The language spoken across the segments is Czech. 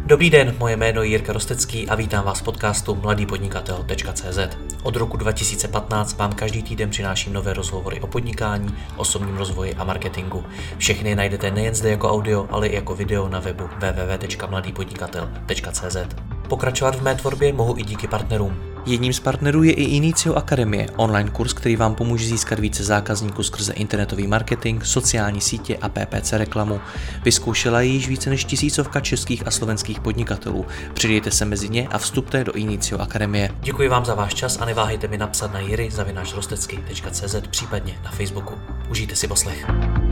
Dobrý den, moje jméno je Jirka Rostecký a vítám vás v podcastu mladýpodnikatel.cz. Od roku 2015 vám každý týden přináším nové rozhovory o podnikání, osobním rozvoji a marketingu. Všechny najdete nejen zde jako audio, ale i jako video na webu www.mladýpodnikatel.cz. Pokračovat v mé tvorbě mohu i díky partnerům. Jedním z partnerů je i Inicio Akademie, online kurz, který vám pomůže získat více zákazníků skrze internetový marketing, sociální sítě a PPC reklamu. Vyzkoušela ji již více než 1000 českých a slovenských podnikatelů. Přidejte se mezi ně a vstupte do Inicio Akademie. Děkuji vám za váš čas a neváhejte mi napsat na jiry@rostecky.cz, případně na Facebooku. Užijte si poslech.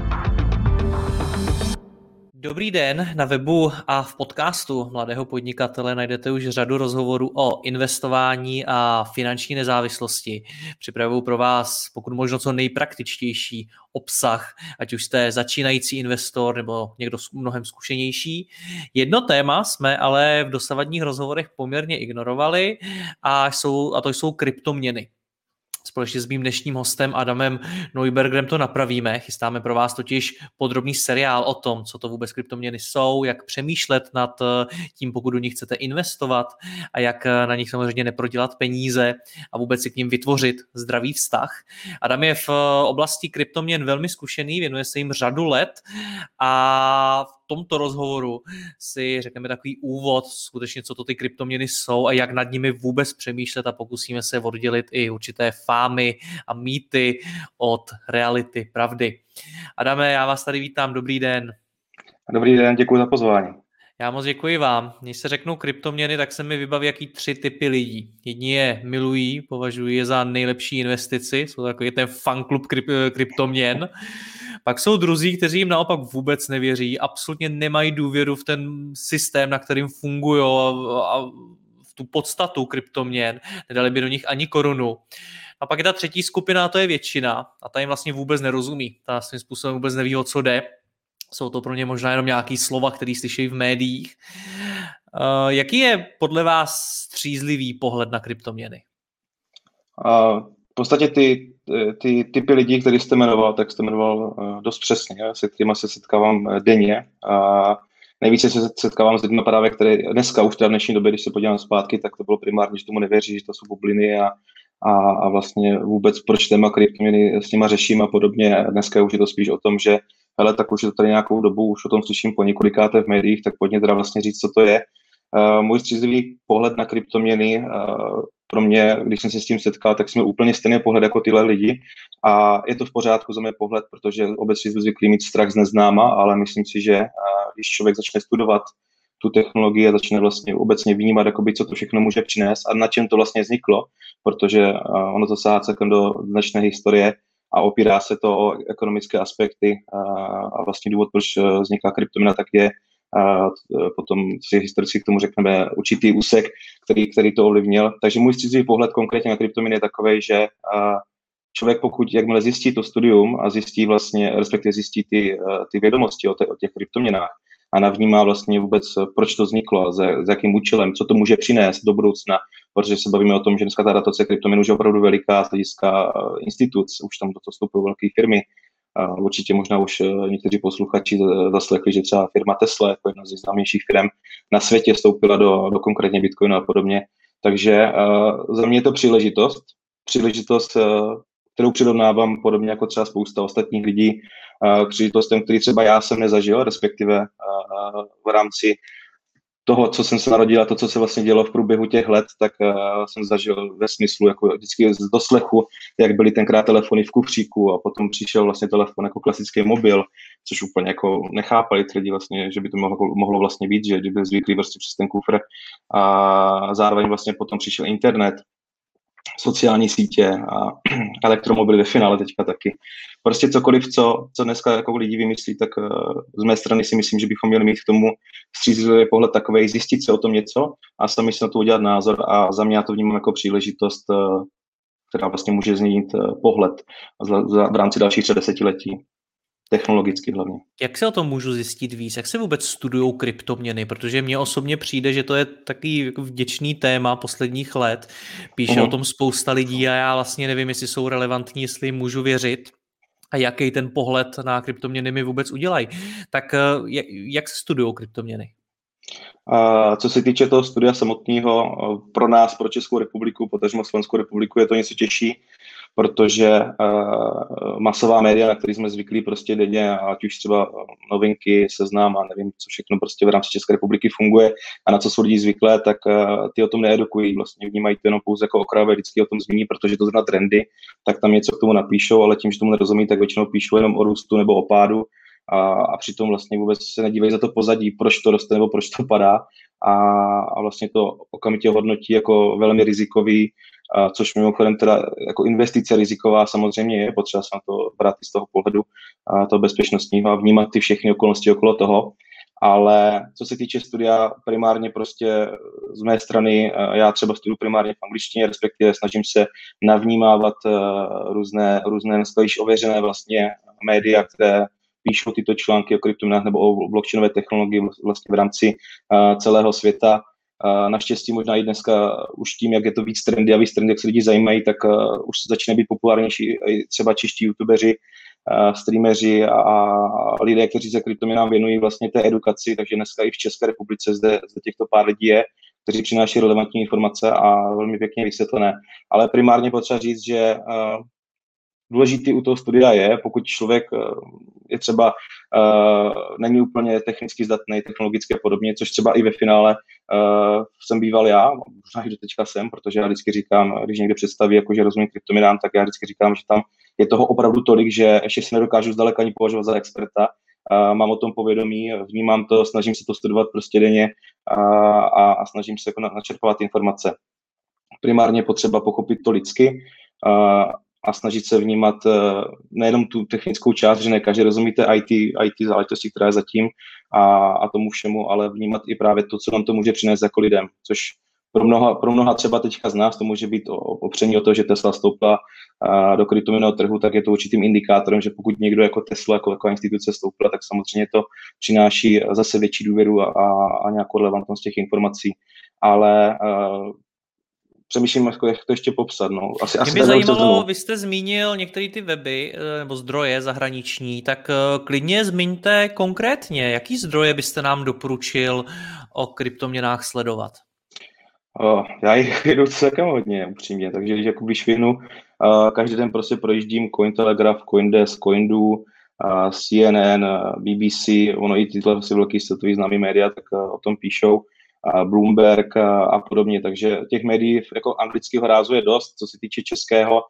Dobrý den, na webu a v podcastu Mladého podnikatele najdete už řadu rozhovorů o investování a finanční nezávislosti. Připravuju pro vás pokud možno co nejpraktičtější obsah, ať už jste začínající investor nebo někdo mnohem zkušenější. Jedno téma jsme ale v dosavadních rozhovorech poměrně ignorovali a to jsou kryptoměny. Společně s mým dnešním hostem Adamem Neubergerem to napravíme. Chystáme pro vás totiž podrobný seriál o tom, co to vůbec kryptoměny jsou, jak přemýšlet nad tím, pokud do nich chcete investovat a jak na nich samozřejmě neprodělat peníze a vůbec si k ním vytvořit zdravý vztah. Adam je v oblasti kryptoměn velmi zkušený, věnuje se jim řadu let a v tomto rozhovoru si řekneme takový úvod, skutečně co to ty kryptoměny jsou a jak nad nimi vůbec přemýšlet a pokusíme se oddělit i určité fámy a mýty od reality, pravdy. Adame, já vás tady vítám, dobrý den. Dobrý den, děkuji za pozvání. Já moc děkuji vám. Když se řeknou kryptoměny, tak se mi vybaví jaký 3 typy lidí. Jedni je milují, považují je za nejlepší investici, jsou takový ten fanklub kryptoměn. Pak jsou druzí, kteří jim naopak vůbec nevěří, absolutně nemají důvěru v ten systém, na kterým fungují a v tu podstatu kryptoměn, nedali by do nich ani korunu. A pak je ta třetí skupina, to je většina a ta jim vlastně vůbec nerozumí. Ta svým způsobem vůbec neví, o co jde. Jsou to pro ně možná jenom nějaký slova, které slyší v médiích. Jaký je podle vás střízlivý pohled na kryptoměny? V podstatě ty typy lidí, které jste jmenoval, tak jste jmenoval dost přesně, se kterými se setkávám denně. A nejvíce se setkávám s lidmi právě, které dneska už v dnešní době, když se podívám zpátky, tak to bylo primárně, že tomu nevěří, že to jsou bubliny a vlastně vůbec proč téma kryptoměny s nima řeším a podobně. Dneska už je to spíš o tom, že hele, tak už je to tady nějakou dobu, už o tom slyším po několikáté v médiích, tak pojďme teda vlastně říct, co to je. Můj střízlivý pohled na kryptoměny, pro mě, když jsem se s tím setkal, tak jsme úplně stejný pohled jako tyhle lidi a je to v pořádku za můj pohled, protože obecně jsme zvyklí mít strach z neznáma, ale myslím si, že když člověk začne studovat tu technologii a začne vlastně obecně vnímat, jakoby, co to všechno může přinést a na čem to vlastně vzniklo, protože ono to sahá celkem do značné historie a opírá se to o ekonomické aspekty a vlastně důvod, proč vzniká kryptoměna, tak je potom si historicky k tomu řekneme určitý úsek, který to ovlivnil. Takže můj střízlivý pohled konkrétně na kryptoměny je takovej, že člověk, pokud jakmile zjistí to studium a zjistí vlastně, respektive zjistí ty vědomosti o těch kryptoměnách a navnímá vlastně vůbec, proč to vzniklo, s jakým účelem, co to může přinést do budoucna, protože se bavíme o tom, že dneska ta datace kryptoměn už je opravdu veliká z hlediska instituc, už tam do toho vstupují velké firmy. Určitě možná už někteří posluchači zaslechli, že třeba firma Tesla, jako jedna z nejznámějších firm na světě, vstoupila do konkrétně Bitcoinu a podobně. Takže za mě je to příležitost, kterou přirovnávám podobně jako třeba spousta ostatních lidí, příležitostem, který třeba já jsem nezažil, respektive v rámci toho, co jsem se narodil a to, co se vlastně dělo v průběhu těch let, tak jsem zažil ve smyslu jako vždycky z doslechu, jak byly tenkrát telefony v kufříku a potom přišel vlastně telefon jako klasický mobil, což úplně jako nechápali ty lidi vlastně, že by to mohlo vlastně být, že by byli zvyklí prostě přes ten kufr a zároveň vlastně potom přišel internet, sociální sítě a elektromobily ve finále teďka taky. Prostě cokoliv, co dneska jako lidi vymyslí, tak z mé strany si myslím, že bychom měli mít k tomu střízlivý pohled takovej, zjistit se o tom něco a sami si na to udělat názor a za mě já to vnímám jako příležitost, která vlastně může změnit pohled v rámci dalších 30 letí. Technologicky hlavně. Jak se o tom můžu zjistit víc? Jak se vůbec studují kryptoměny? Protože mně osobně přijde, že to je takový jako vděčný téma posledních let. Píše o tom spousta lidí a já vlastně nevím, jestli jsou relevantní, jestli jim můžu věřit a jaký ten pohled na kryptoměny mi vůbec udělají. Tak jak se studují kryptoměny? A co se týče toho studia samotného, pro nás, pro Českou republiku, potažmo Slovenskou republiku, je to něco těžší, protože masová média, na které jsme zvyklí prostě denně, ať už třeba Novinky, Seznam a nevím, co všechno prostě v rámci České republiky funguje a na co jsou lidi zvyklé, tak ty o tom needukují, vlastně vnímají to jenom pouze jako okrajové, vždycky o tom zmíní, protože to zrovna trendy, tak tam něco k tomu napíšou, ale tím, že tomu nerozumí, tak většinou píšou jenom o růstu nebo o pádu a přitom vlastně vůbec se nedívají za to pozadí, proč to roste nebo proč to padá a vlastně to okamžitě hodnotí jako velmi rizikový, což mimochodem teda jako investice riziková samozřejmě je potřeba se na to brát i z toho pohledu toho bezpečnostního a vnímat ty všechny okolnosti okolo toho. Ale co se týče studia, primárně prostě z mé strany, já třeba studuju primárně v angličtině, respektive snažím se navnímávat různé dneska již ověřené vlastně média, které píšou tyto články o kryptoměnách nebo o blockchainové technologii vlastně v rámci celého světa. Naštěstí možná i dneska už tím, jak je to víc trendy, jak se lidi zajímají, tak už se začíná být populárnější i třeba čeští youtubeři, streameři a lidé, kteří se kryptoměnám věnují vlastně té edukaci, takže dneska i v České republice zde těchto pár lidí je, kteří přináší relevantní informace a velmi pěkně vysvětlené. Ale primárně potřeba říct, že důležitý u toho studia je, pokud člověk je třeba není úplně technicky zdatný, technologicky a podobně, což třeba i ve finále jsem býval já, možná i do teďka jsem, protože já vždycky říkám, když někde představí, jako že rozumím kryptoměnám, tak já vždycky říkám, že tam je toho opravdu tolik, že ještě si nedokážu zdaleka ani považovat za experta. Mám o tom povědomí, vnímám to, snažím se to studovat prostě denně a snažím se jako načerpovat informace. Primárně potřeba pochopit to lidsky a snažit se vnímat nejenom tu technickou část, že ne každý rozumíte IT záležitosti, která je zatím a tomu všemu, ale vnímat i právě to, co nám to může přinést jako lidem, což pro mnoha třeba teďka z nás to může být opření o to, že Tesla stoupla do kryptoměnového trhu, tak je to určitým indikátorem, že pokud někdo jako Tesla, jako instituce stoupla, tak samozřejmě to přináší zase větší důvěru a nějakou relevantnost těch informací. Ale přemýšlím, jak to ještě popsat. No. Mě by zajímalo, vy jste zmínil některé ty weby nebo zdroje zahraniční, tak klidně zmiňte konkrétně, jaký zdroje byste nám doporučil o kryptoměnách sledovat? Já jich jdu celkem hodně, upřímně, takže když vyhnu, každý den prostě projíždím Cointelegraph, Coindesk, Coindu, CNN, BBC, ono i tyhle velký světový známý média, tak o tom píšou, Bloomberg a podobně, takže těch médií jako anglického rázu je dost, co se týče českého.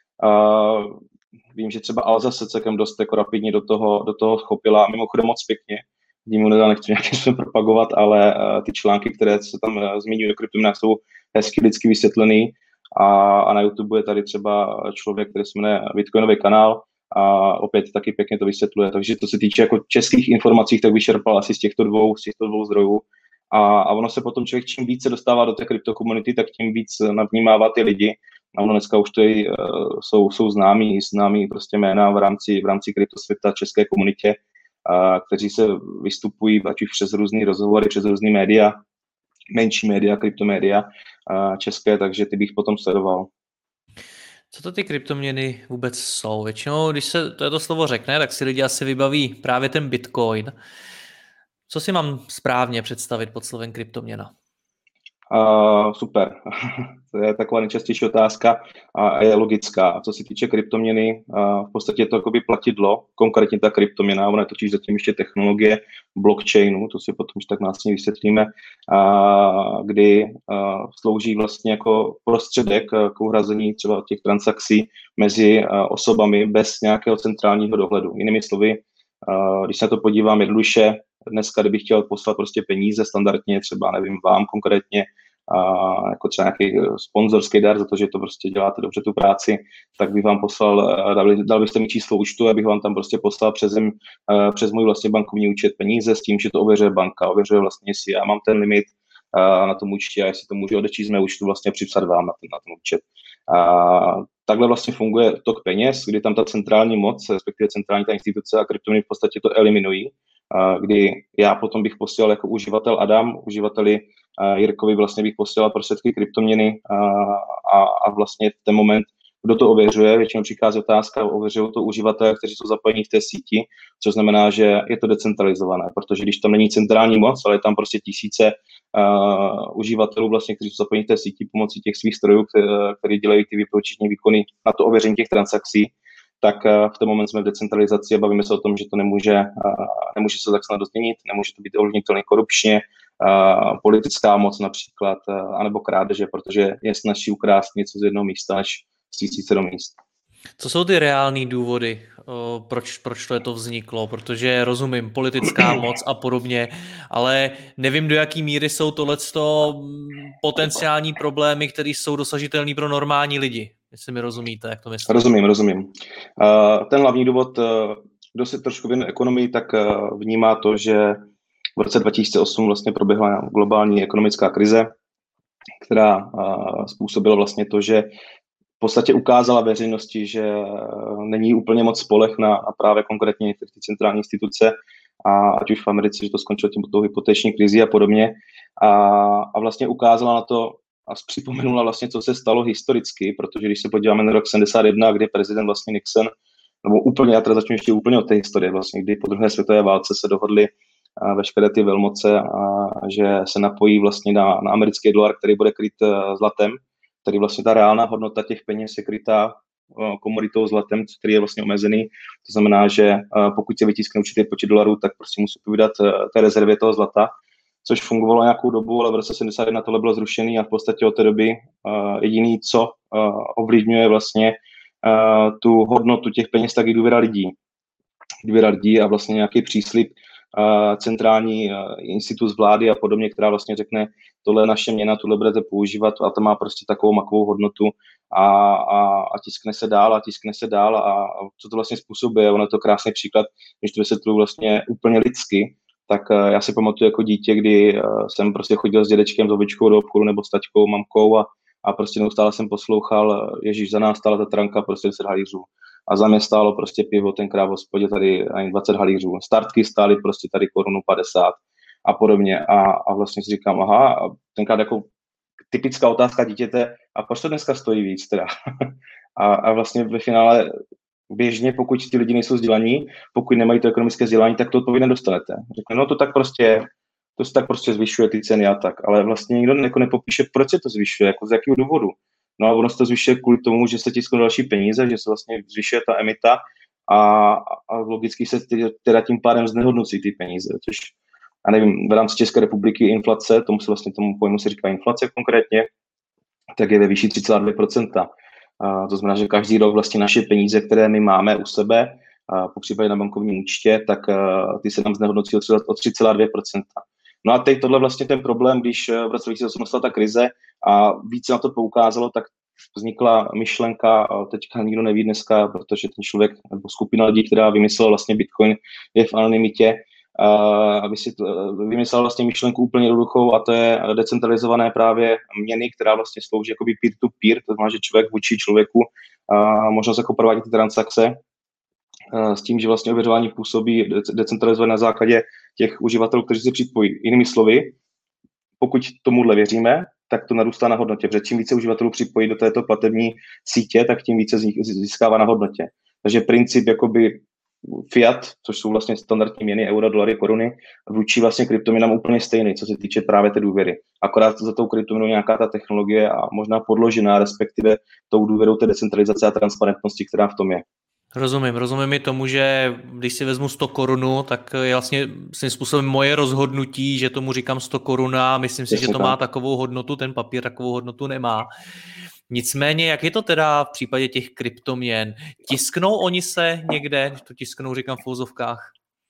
Vím, že třeba Alza se celkem dost jako rapidně do toho chopila, mimochodem moc pěkně. Dímu nechci nějakým způsobem propagovat, ale ty články, které se tam zmiňují o kryptoměnách, jsou hezky lidsky vysvětlený a na YouTube je tady třeba člověk, který se jmenuje Bitcoinový kanál a opět taky pěkně to vysvětluje. Takže to se týče jako českých informací, tak vyčerpal asi z těchto dvou zdrojů. A ono se potom člověk čím více dostává do té kryptokomunity, tak tím víc navnímává ty lidi. A ono dneska už to jsou známí prostě jména v rámci kryptosvěta české komunitě, kteří se vystupují ať už přes různý rozhovory, přes různý média, menší média, kryptomédia české, takže ty bych potom sledoval. Co to ty kryptoměny vůbec jsou? Většinou, když se to slovo řekne, tak si lidi asi vybaví právě ten Bitcoin. Co si mám správně představit pod slovem kryptoměna? Super. To je taková nejčastější otázka a je logická. Co se týče kryptoměny, v podstatě je to jakoby platidlo, konkrétně ta kryptoměna, ona je totiž zatím ještě technologie blockchainu, to si potom už tak následně vysvětlíme, kdy slouží vlastně jako prostředek k uhrazení třeba těch transakcí mezi osobami bez nějakého centrálního dohledu. Jinými slovy, když se na to podívám jednoduše, dneska, kdybych chtěl poslat prostě peníze standardně, třeba nevím vám konkrétně, jako třeba nějaký sponzorský dar za to, že to prostě děláte dobře tu práci, tak bych vám poslal, dal byste mi číslo účtu, abych vám tam prostě poslal přes můj vlastně bankovní účet peníze s tím, že to ověřuje banka, ověřuje vlastně, jestli já mám ten limit na tom účtě a jestli to můžu odečíst z mého účtu vlastně připsat vám na ten účet. Takhle vlastně funguje tok peněz, kdy tam ta centrální moc, respektive centrální ta instituce a kryptoměny v podstatě to eliminují, kdy já potom bych posílal jako uživatel Adam, uživateli Jirkovi vlastně bych posílal prostředky kryptoměny a vlastně v ten moment kdo to ověřuje. Většinou přichází otázka, ověřují to uživatelé, kteří jsou zapojení v té síti, což znamená, že je to decentralizované, protože když tam není centrální moc, ale je tam prostě tisíce uživatelů, vlastně, kteří jsou zapojení v té síti pomocí těch svých strojů, které dělají ty výpočetní výkony na to ověření těch transakcí, tak v ten moment jsme v decentralizaci a bavíme se o tom, že to nemůže se tak snadno změnit, nemůže to být ovlivnitelné korupčně, politická moc například, anebo krádeže, protože je snazší ukrást něco z jednoho místa, než z tisíce do míst. Co jsou ty reální důvody, proč to vzniklo? Protože rozumím, politická moc a podobně, ale nevím, do jaký míry jsou tohleto potenciální problémy, které jsou dosažitelné pro normální lidi. Jestli mi rozumíte, jak to myslím. Rozumím. Ten hlavní důvod, kdo se trošku věnuje ekonomii, tak vnímá to, že v roce 2008 vlastně proběhla globální ekonomická krize, která způsobila vlastně to, že v podstatě ukázala veřejnosti, že není úplně moc spoleh na právě konkrétně ty centrální instituce, a ať už v Americe, že to skončilo tou hypoteční krizi a podobně. A vlastně ukázala na to a připomenula vlastně, co se stalo historicky, protože když se podíváme na rok 71, kdy prezident vlastně Nixon, nebo úplně, já teda začnu ještě úplně od té historie, vlastně, kdy po druhé světové válce se dohodly veškeré ty velmoce, že se napojí vlastně na americký dolar, který bude kryt zlatem, který vlastně ta reálná hodnota těch peněz je krytá komoditou zlatem, který je vlastně omezený. To znamená, že pokud se vytiskne určitý počet dolarů, tak prostě musí vydat té rezervě toho zlata, což fungovalo nějakou dobu, ale v roce 71 tohle bylo zrušený a v podstatě od té doby jediný, co ovlivňuje vlastně tu hodnotu těch peněz, tak i důvěra lidí. Důvěra lidí a vlastně nějaký příslib centrální institut z vlády a podobně, která vlastně řekne, tohle je naše měna, tohle budete používat a to má prostě takovou makovou hodnotu a tiskne se dál a co to vlastně způsobuje. Ono je to krásný příklad, když to vysvětluji vlastně úplně lidsky, tak já si pamatuju jako dítě, kdy jsem prostě chodil s dědečkem, s babičkou do obchodu nebo s taťkou, mamkou a prostě neustále jsem poslouchal, Ježíš, za nás stála ta tranka prostě 10 halířů. A za mě stálo prostě pivo tenkrát v hospodě tady ani 20 halířů. Startky stály prostě tady 1,50 a podobně. A vlastně si říkám, aha, tenkrát jako typická otázka dítěte, a proč to dneska stojí víc teda? a vlastně ve finále běžně, pokud ty lidi nejsou vzdělaní, pokud nemají to ekonomické vzdělání, tak to odpověď nedostanete. Řekne, no to se tak prostě zvyšuje ty ceny a tak, ale vlastně nikdo jako nepopíše, proč se to zvyšuje, jako z jakého důvodu. No a ono se to zvyšuje kvůli tomu, že se tisknou další peníze, že se vlastně zvyšuje ta emita a logicky se teda tím pádem znehodnocí ty peníze, což, já nevím, v rámci České republiky inflace, tomu pojmu se říká inflace konkrétně, tak je ve výši 3,2%. To znamená, že každý rok vlastně naše peníze, které my máme u sebe, popřípadě na bankovním účtě, tak ty se nám znehodnocí o 3,2%. No a teď tohle vlastně ten problém, když v roce 2008 nastala ta krize a více na to poukázalo, tak vznikla myšlenka, a teďka nikdo neví dneska, protože ten člověk nebo skupina lidí, která vymyslela vlastně Bitcoin, je v anonymitě, aby si vymyslel vlastně myšlenku úplně jednoduchou a to je decentralizované právě měny, která vlastně slouží jakoby peer-to-peer, to znamená, že člověk vůči člověku možnost jako provádět ty transakce s tím, že vlastně ověřování působí decentralizované na základě těch uživatelů, kteří se připojí. Jinými slovy, pokud tomuhle věříme, tak to narůstá na hodnotě, protože čím více uživatelů připojí do této platební sítě, tak tím více získává na hodnotě. Takže princip jakoby fiat, což jsou vlastně standardní měny, eura, dolary, koruny, vůči vlastně kryptoměnám úplně stejný, co se týče právě té důvěry. Akorát za tou kryptoměnou nějaká ta technologie a možná podložená, respektive tou důvěrou té decentralizace a transparentnosti, která v tom je. Rozumím i tomu, že když si vezmu 100 korun, tak je vlastně svým způsobem moje rozhodnutí, že tomu říkám 100 korun a myslím si, že to má takovou hodnotu, ten papír takovou hodnotu nemá. Nicméně, jak je to teda v případě těch kryptoměn? Tisknou oni se někde, když to tisknou, říkám v uvozovkách?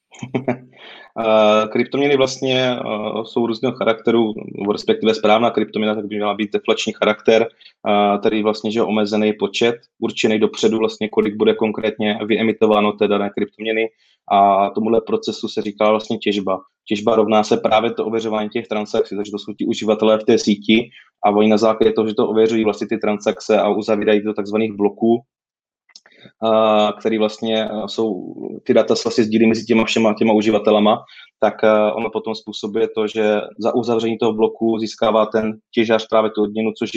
Kryptoměny vlastně jsou různého charakteru, respektive správná kryptoměna, tak by měla být deflační charakter, tedy vlastně, že omezený počet, určený dopředu vlastně, kolik bude konkrétně vyemitováno té dané kryptoměny a tomuhle procesu se říká vlastně těžba. Těžba rovná se právě to ověřování těch transakcí, takže to jsou ti uživatelé v té síti a oni na základě toho, že to ověřují vlastně ty transakce a uzavírají do takzvaných bloků, který vlastně jsou, ty data se vlastně sdílí mezi těma uživatelama, tak ono potom způsobuje to, že za uzavření toho bloku získává ten těžař právě tu odměnu, což je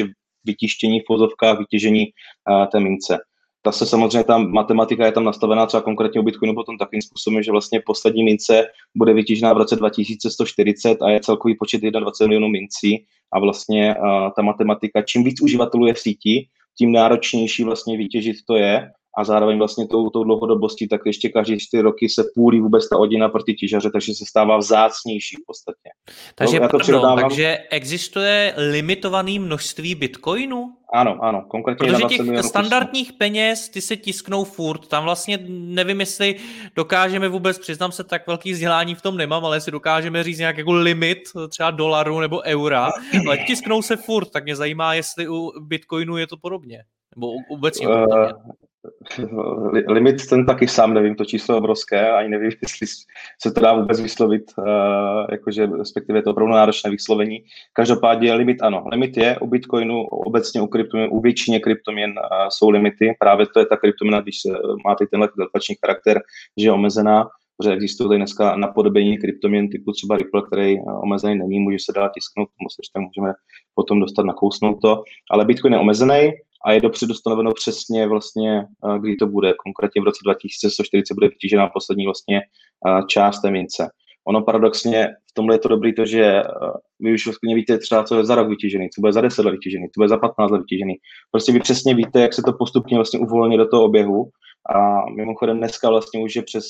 vytištění v pozovkách, vytěžení té mince. Ta se samozřejmě, ta matematika je tam nastavená třeba konkrétně u Bitcoinu potom takým způsobem, že vlastně poslední mince bude vytěžená v roce 2140 a je celkový počet 21 milionů mincí a vlastně ta matematika, čím víc uživatelů je v síti, tím náročnější vlastně vytěžit to je a zároveň vlastně tou dlouhodobostí, tak ještě každý 4 roky se půlí vůbec ta odina pro ty těžaře, takže se stává vzácnější v podstatě. Takže existuje limitované množství bitcoinu? Ano, konkrétně. Protože těch standardních peněz, ty se tisknou furt, tam vlastně nevím, jestli dokážeme vůbec, přiznám se, tak velký vzdělání v tom nemám, ale jestli dokážeme říct nějak jako limit, třeba dolaru nebo eura, ale tisknou se furt, tak mě zajímá, jestli u bitcoinu je to podobně, nebo obecně podobně. Limit ten taky sám nevím, to číslo je obrovské, ani nevím, jestli se to dá vůbec vyslovit, jakože respektive je to opravdu náročné vyslovení. Každopádně limit ano, limit je u Bitcoinu, obecně u kryptoměn, u většině kryptoměn jsou limity, právě to je ta kryptoměna, když máte tenhle deflační charakter, že je omezená, protože existuje tady dneska napodobení kryptoměn typu třeba Ripple, který omezený není, může se dát tisknout, můžeme potom dostat nakousnout to, ale Bitcoin je omezený, a je dopředu stanoveno přesně vlastně, kdy to bude. Konkrétně v roce 2140 bude vytížená poslední vlastně část té mince. Ono paradoxně v tomhle je to dobrý to, že vy už vlastně víte třeba, co je za rok vytížený, co bude za 10 let vytížený, co bude za 15 let vytížený. Prostě vy přesně víte, jak se to postupně vlastně uvolní do toho oběhu. A mimochodem dneska vlastně už je přes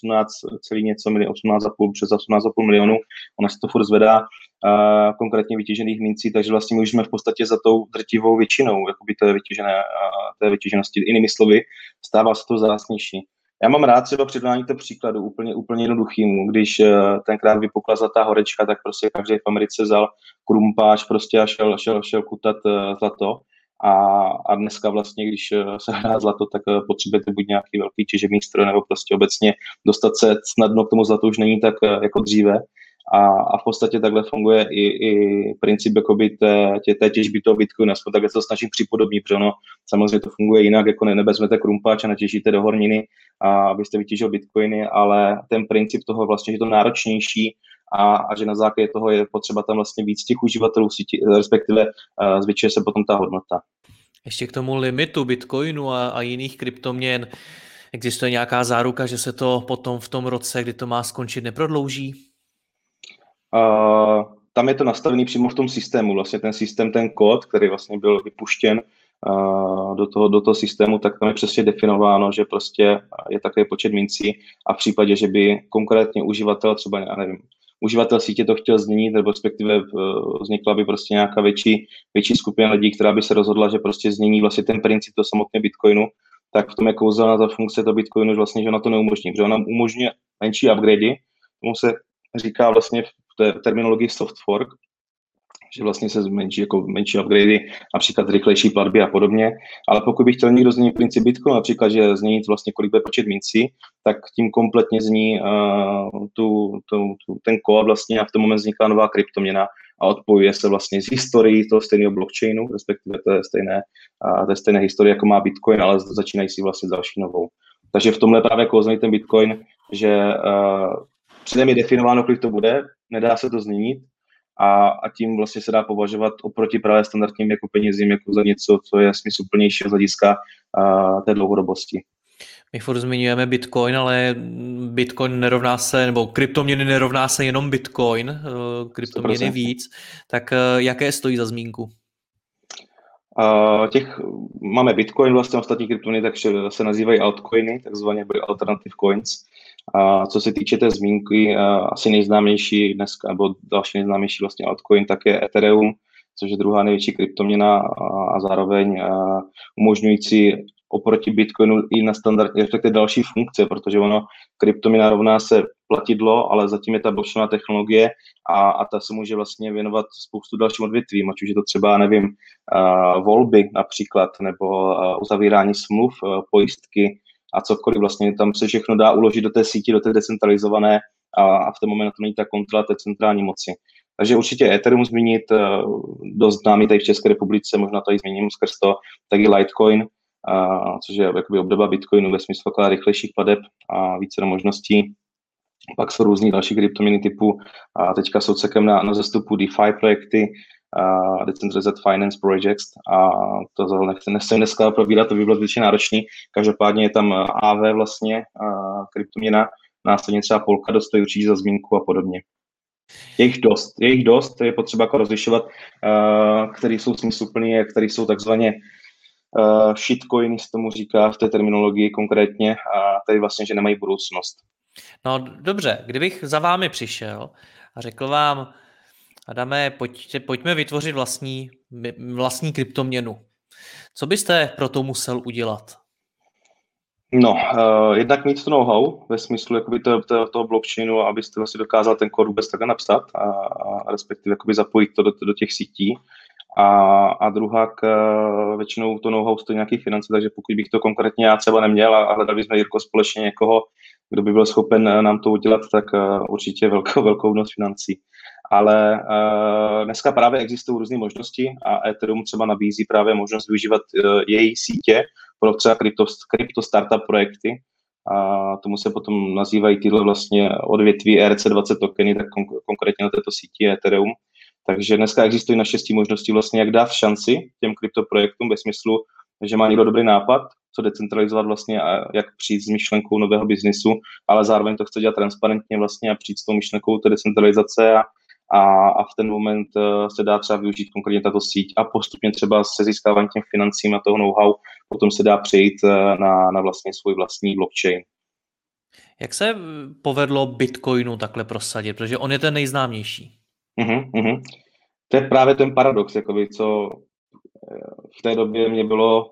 18,5 přes 18,5 milionů, ona se to furt zvedá, konkrétně vytížených mincí, takže vlastně my už jsme v podstatě za tou drtivou většinou, jakoby té vytíženosti. Jinými slovy, stává se to vzácnější. Já mám rád třeba přirovnání toho příkladu úplně jednoduchýmu, když tenkrát vypukla zlatá horečka, tak prostě každý v Americe vzal krumpáč prostě a šel kutat zlato. A dneska vlastně, když se hrá zlato, tak potřebujete buď nějaký velký těžební stroj, nebo prostě obecně dostat se snadno k tomu zlatu už není tak jako dříve. A v podstatě takhle funguje i princip jakoby té těžby toho Bitcoinu. Aspoň takhle se to snažím připodobnit, protože ono samozřejmě to funguje jinak, jako nevezmete krumpáč a natěžíte do horniny, abyste vytěžil Bitcoiny, ale ten princip toho vlastně, že to náročnější a že na základě toho je potřeba tam vlastně víc těch uživatelů sítí, respektive zvětšuje se potom ta hodnota. Ještě k tomu limitu Bitcoinu a jiných kryptoměn, existuje nějaká záruka, že se to potom v tom roce, kdy to má skončit, neprodlouží? Tam je to nastavený přímo v tom systému. Vlastně ten systém, ten kód, který vlastně byl vypuštěn do toho systému, tak tam je přesně definováno, že prostě je takový počet mincí a v případě, že by konkrétně uživatel, třeba, já nevím, uživatel sítě to chtěl změnit, nebo respektive vznikla by prostě nějaká větší skupina lidí, která by se rozhodla, že prostě změní vlastně ten princip toho samotného Bitcoinu, tak v tom je kouzelná ta funkce toho Bitcoinu, že vlastně, že ona to neumožní, protože ona umožňuje menší upgradey, tomu se říká vlastně v té terminologii soft fork, že vlastně se zmenší jako menší upgradey, například rychlejší platby a podobně, ale pokud by chtěl někdo změnit princip Bitcoinu, například, že změnit vlastně kolik bude počet mincí, tak tím kompletně zní ten kód vlastně a v tom moment vzniká nová kryptoměna a odpojuje se vlastně z historií toho stejného blockchainu, respektive to je stejné historie, jako má Bitcoin, ale začínají si vlastně další novou. Takže v tomhle právě kouzlný ten Bitcoin, že předem je definováno, kolik to bude, nedá se to změnit a tím vlastně se dá považovat oproti právě standardním jako penězím jako za něco, co je smysluplnější z hlediska té dlouhodobosti. My furt zmiňujeme Bitcoin, ale Bitcoin nerovná se, nebo kryptoměny nerovná se jenom Bitcoin, kryptoměny 100%. Víc. Tak jaké stojí za zmínku? Máme Bitcoin, vlastně ostatní kryptoměny, takže se nazývají altcoiny, takzvaně byly alternative coins. Co se týče té zmínky, asi nejznámější dneska, nebo další nejznámější vlastně altcoin, tak je Ethereum, což je druhá největší kryptoměna a zároveň umožňující oproti Bitcoinu i na standardní, respektive další funkce, protože ono kryptoměna rovná se platidlo, ale zatím je ta blockchainová technologie a ta se může vlastně věnovat spoustu dalším odvětvím, ať už je to třeba, nevím, volby například, nebo uzavírání smluv, pojistky a cokoliv vlastně, tam se všechno dá uložit do té síti, do té decentralizované a v ten moment to není ta kontrola té centrální moci. Takže určitě Ethereum zmínit, dost známý tady v České republice, možná tady zmíním skrz to, taky Litecoin, což je jakoby obdoba Bitcoinu ve smyslu taková rychlejších plateb a více možností. Pak jsou různý další kryptoměny typu, teďka jsou celkem na zestupu DeFi projekty, Decentralized Finance Projects, a to nechci dneska probírat, to by bylo zbytečně náročný. Každopádně je tam AV vlastně, kryptoměna, následně třeba Polkadot, to je určitě za zmínku a podobně. Je jich dost, je potřeba jako rozlišovat, který jsou smysluplný a který jsou takzvaně shitcoiny, se tomu říká v té terminologii konkrétně, a tady vlastně, že nemají budoucnost. No dobře, kdybych za vámi přišel a řekl vám, Adame, pojďme vytvořit vlastní kryptoměnu. Co byste pro to musel udělat? No, jednak mít to know-how ve smyslu jakoby toho blockchainu, abyste vlastně dokázal ten kód vůbec takhle napsat a respektive jakoby zapojit to do těch sítí. A druhá, většinou to know-how stojí nějakých financí, takže pokud bych to konkrétně já třeba neměl a hledali jsme Jirko společně někoho, kdo by byl schopen nám to udělat, tak určitě velkou množství financí. Ale dneska právě existují různé možnosti a Ethereum třeba nabízí právě možnost využívat její sítě pro třeba krypto startup projekty. A tomu se potom nazývají tyhle vlastně odvětví ERC20 tokeny, tak konkrétně na této síti Ethereum. Takže dneska existují naštěstí možnosti vlastně, jak dát šanci těm kryptoprojektům ve smyslu, že má někdo dobrý nápad, co decentralizovat vlastně a jak přijít s myšlenkou nového biznisu, ale zároveň to chce dělat transparentně vlastně a přijít s tou myšlenkou té decentralizace a v ten moment se dá třeba využít konkrétně tato síť a postupně třeba se získáváním těm financím a toho know-how potom se dá přejít na vlastně svůj vlastní blockchain. Jak se povedlo Bitcoinu takhle prosadit, protože on je ten nejznámější? To je právě ten paradox, jakoby, co v té době mě bylo.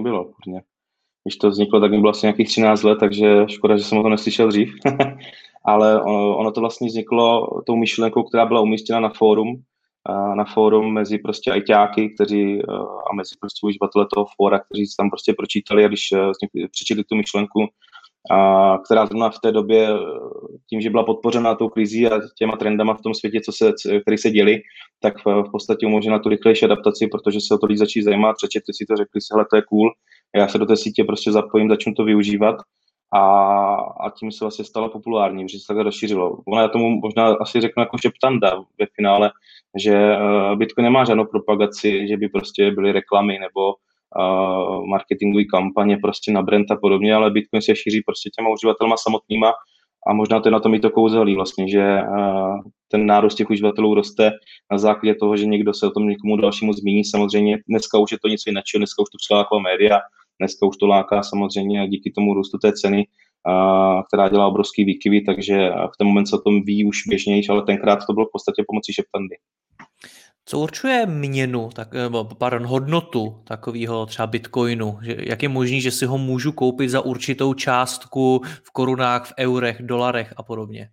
Když to vzniklo, tak mi bylo asi nějakých 13 let, takže škoda, že jsem o to neslyšel dřív. Ale ono to vlastně vzniklo tou myšlenkou, která byla umístěna na fórum mezi prostě ajťáky, a mezi prostě uživatele toho fóra, kteří se tam prostě pročítali a když přečetli tu myšlenku, která zrovna v té době, tím, že byla podpořena tou krizí a těma trendama v tom světě, který se děli, tak v podstatě umožnila tu rychlejší adaptaci, protože se o to lidi začali zajímat, přečetli si to, řekli si, hele, to je cool, já se do té sítě prostě zapojím, začnu to využívat a tím se vlastně stalo populární, protože se takhle rozšířilo. Ona já tomu možná asi řeknu jako šeptanda ve finále, že Bitcoin nemá žádnou propagaci, že by prostě byly reklamy nebo marketingové kampaně prostě na brand a podobně, ale Bitcoin se šíří prostě těma uživatelima samotnýma a možná to je na tom i to kouzelí vlastně, že ten nárůst těch uživatelů roste na základě toho, že někdo se o tom někomu dalšímu zmíní. Samozřejmě dneska už je to něco jiného, dneska už to přiláká média, dneska už to láká samozřejmě díky tomu růstu té ceny, která dělá obrovský výkyvy, takže v ten moment se o tom ví už běžnější, ale tenkrát to bylo v podstatě pomocí šeptandy. Co určuje hodnotu takového třeba Bitcoinu? Jak je možný, že si ho můžu koupit za určitou částku v korunách, v eurech, dolarech a podobně?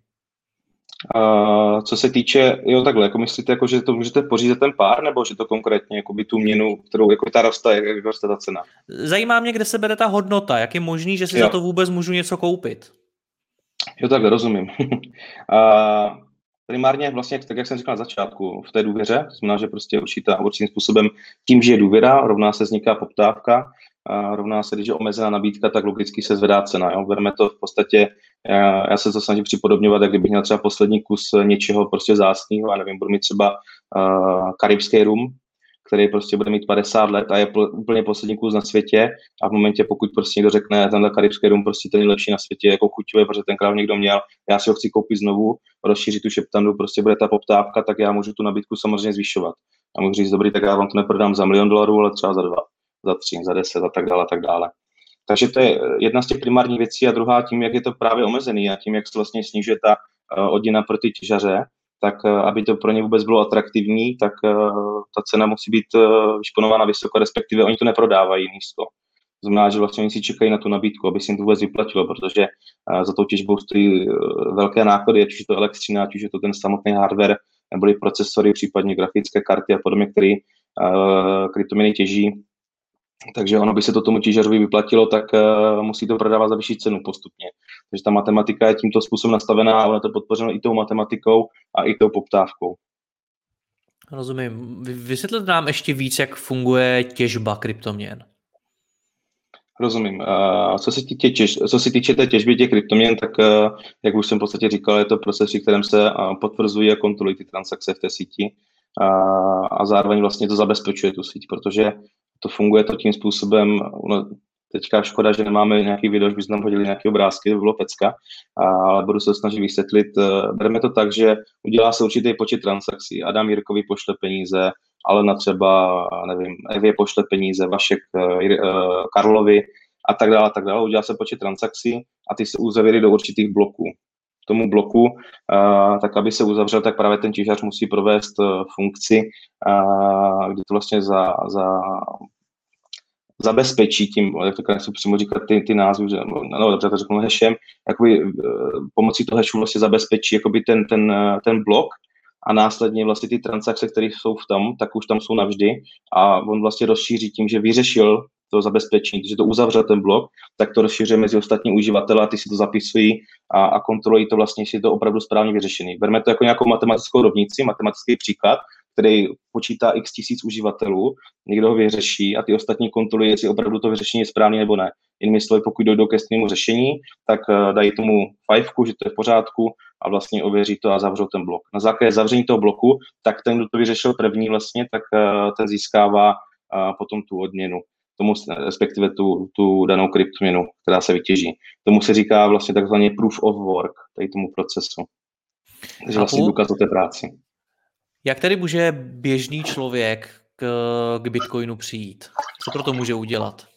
Co se týče, takhle, jako myslíte, jako, že to můžete pořídit ten pár, nebo že to konkrétně jako by tu měnu, kterou jako ta roste, jak roste ta cena? Zajímá mě, kde se bere ta hodnota, jak je možný, že si za to vůbec můžu něco koupit? Takhle, rozumím. Primárně vlastně, tak jak jsem říkal na začátku, v té důvěře, to znamená, že prostě určitým způsobem tím, že je důvěra, rovná se vzniká poptávka, rovná se, když je omezená nabídka, tak logicky se zvedá cena. Jo? Bereme to v podstatě, já se to snažím připodobňovat, jak kdybych měl třeba poslední kus něčeho prostě vzácného, a nevím, budu mít třeba karibský rum, který prostě bude mít 50 let a je úplně poslední kus na světě a v momentě, pokud prostě někdo řekne, tenhle karibský rum prostě ten nejlepší na světě, jako chuťuje, protože tenkrát někdo měl, já si ho chci koupit znovu, rozšířit tu šeptandu, prostě bude ta poptávka, tak já můžu tu nabídku samozřejmě zvyšovat. A můžu říct, dobrý, tak já vám to neprodám za $1 000 000, ale třeba za 2, za 3, za 10 a tak dále. Takže to je jedna z těch primárních věcí a druhá tím, jak je to právě omezený a tím, jak se vlastně snižuje ta odměna pro ty těžaře, tak aby to pro ně vůbec bylo atraktivní, tak ta cena musí být vyšponována vysoko, respektive oni to neprodávají nízko. To znamená, že vlastně oni si čekají na tu nabídku, aby se jim to vůbec vyplatilo, protože za tou těžbou stojí velké náklady, ať už je to elektřina, ať už je to ten samotný hardware, nebo procesory, případně grafické karty a podobně, které kryptoměny těží. Takže ono by se to tomu těžařovi vyplatilo, tak musí to prodávat za vyšší cenu postupně. Takže ta matematika je tímto způsobem nastavená a ono to podpořeno i tou matematikou a i tou poptávkou. Rozumím. Vysvětlete nám ještě víc, jak funguje těžba kryptoměn. Rozumím. Co se týče té těžby těch kryptoměn, tak jak už jsem v podstatě říkal, je to proces, při kterém se potvrzují a kontrolují ty transakce v té síti. a zároveň vlastně to zabezpečuje tu síť, protože to funguje to tím způsobem, teďka škoda, že nemáme nějaký video, že bychom tam hodili nějaké obrázky, to by bylo pecka, ale budu se snažit vysvětlit. Bereme to tak, že udělá se určitý počet transakcí. Adam Jirkovi pošle peníze, Alena třeba, nevím, Evě pošle peníze, Vašek Karlovi a tak dále. Udělá se počet transakcí a ty se uzavěry do určitých bloků. Tomu bloku, tak aby se uzavřel, tak právě ten těžař musí provést funkci, kdy to vlastně zabezpečí tím, jak to nechci přímo říkat ty názvy, že, no dobře, to řeknu hashem, jakoby pomocí toho hashu vlastně zabezpečí jakoby ten blok a následně vlastně ty transakce, které jsou tam, tak už tam jsou navždy a on vlastně rozšíří tím, že vyřešil to zabezpečení, že to uzavřel ten blok, tak to rozšiřuje mezi ostatní uživatele a ty si to zapisují a kontrolují to vlastně, jestli je to opravdu správně vyřešený. Berme to jako nějakou matematickou rovnici, matematický příklad, který počítá x tisíc uživatelů, někdo ho vyřeší a ty ostatní kontrolují, jestli opravdu to vyřešení je správně nebo ne. Jinými slovy, pokud dojdou ke stejnému řešení, tak dají tomu fajfku, že to je v pořádku a vlastně ověří to a zavřou ten blok. Na základě zavření toho bloku, tak ten, kdo to vyřešil první vlastně, tak ten získává potom tu odměnu. Tomu, respektive tu danou kryptoměnu, která se vytěží. Tomu se říká vlastně takzvaný proof of work, tady tomu procesu. Takže vlastně důkaz o té práci. Jak tedy může běžný člověk k Bitcoinu přijít? Co pro to může udělat?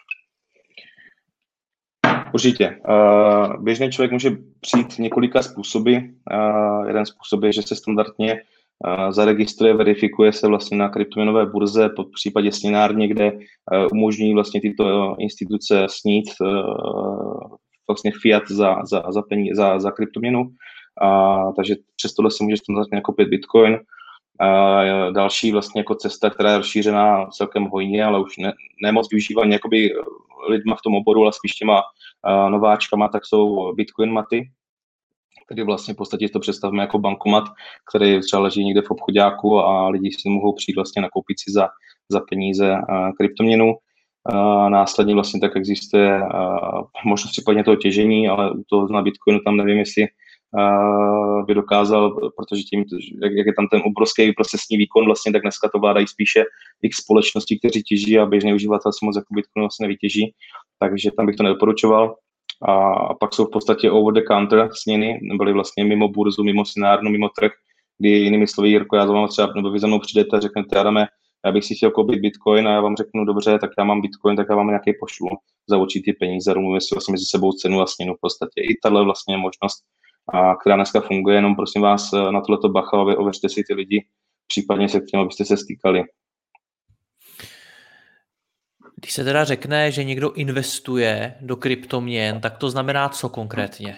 Určitě. Běžný člověk může přijít několika způsoby. Jeden způsob je, že se standardně zaregistruje, verifikuje se vlastně na kryptoměnové burze, pod případě směnárně, kde umožňují vlastně tyto instituce snít vlastně fiat za kryptoměnu. Takže přes tohle si může standardně koupit Bitcoin. Další vlastně jako cesta, která je rozšířená celkem hojně, ale už ne moc využívaný jakoby lidma v tom oboru, ale spíš těma nováčkama, tak jsou Bitcoin maty, který vlastně v podstatě to představíme jako bankomat, který třeba leží někde v obchodáku a lidi si mohou přijít vlastně nakoupit si za peníze kryptoměnu. Následně vlastně tak existuje možnost případně toho těžení, ale u toho na Bitcoinu tam nevím, jestli by dokázal, protože tím, jak je tam ten obrovský procesní výkon, vlastně tak dneska to vládají spíše x společností, kteří těží a běžný uživatel si moc jako Bitcoin vlastně nevytěží, takže tam bych to nedoporučoval. A pak jsou v podstatě over the counter směny, byly vlastně mimo burzu, mimo scenárnu, mimo trh, kdy jinými slovy, Jirko, já to mám třeba, nebo vy za mnou přijdete a řeknete, Adame, já bych si chtěl koupit Bitcoin a já vám řeknu, dobře, tak já mám Bitcoin, tak já vám nějaký pošlu za určitý peníze, domluvíme si vlastně mezi sebou cenu a směnu v podstatě. I tahle vlastně možnost, která dneska funguje, jenom prosím vás na tohleto bacha, ověřte si ty lidi, případně se k těm, abyste se stýkali. Když se teda řekne, že někdo investuje do kryptoměn, tak to znamená co konkrétně?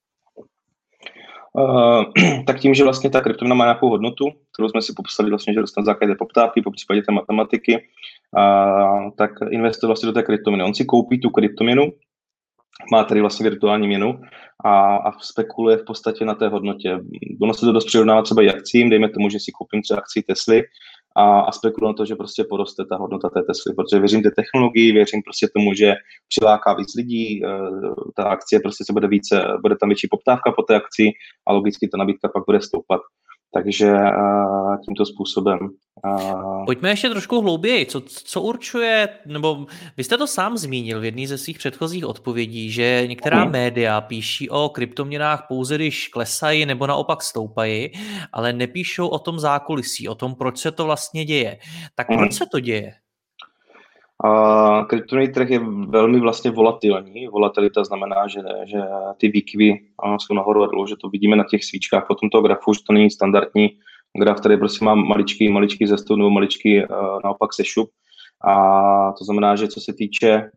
Tak tím, že vlastně ta kryptoměna má nějakou hodnotu, kterou jsme si popsali vlastně, že dostane základě poptávky, po případě té matematiky, tak investuje vlastně do té kryptoměny. On si koupí tu kryptoměnu, má tady vlastně virtuální měnu a spekuluje v podstatě na té hodnotě. Ono se to dost přirovnává třeba i akcím, dejme tomu, že si koupím třeba akci Tesly a spekuluji na to, že prostě poroste ta hodnota té Tesly, protože věřím té technologii, věřím prostě tomu, že přiláká víc lidí, ta akcie prostě se bude tam větší poptávka po té akci a logicky ta nabídka pak bude stoupat. Takže tímto způsobem. Pojďme ještě trošku hlouběji. Co určuje, nebo vy jste to sám zmínil v jedné ze svých předchozích odpovědí, že některá média píší o kryptoměnách pouze, když klesají nebo naopak stoupají, ale nepíšou o tom zákulisí, o tom, proč se to vlastně děje. Tak proč se to děje? Kryptoměnový trh je velmi vlastně volatilní. Volatilita znamená, že ty výkyvy jsou nahoru a dolů, že to vidíme na těch svíčkách po tomto grafu, že to není standardní graf, který prostě má maličký zestup nebo maličký naopak sešup. A to znamená, že co se týče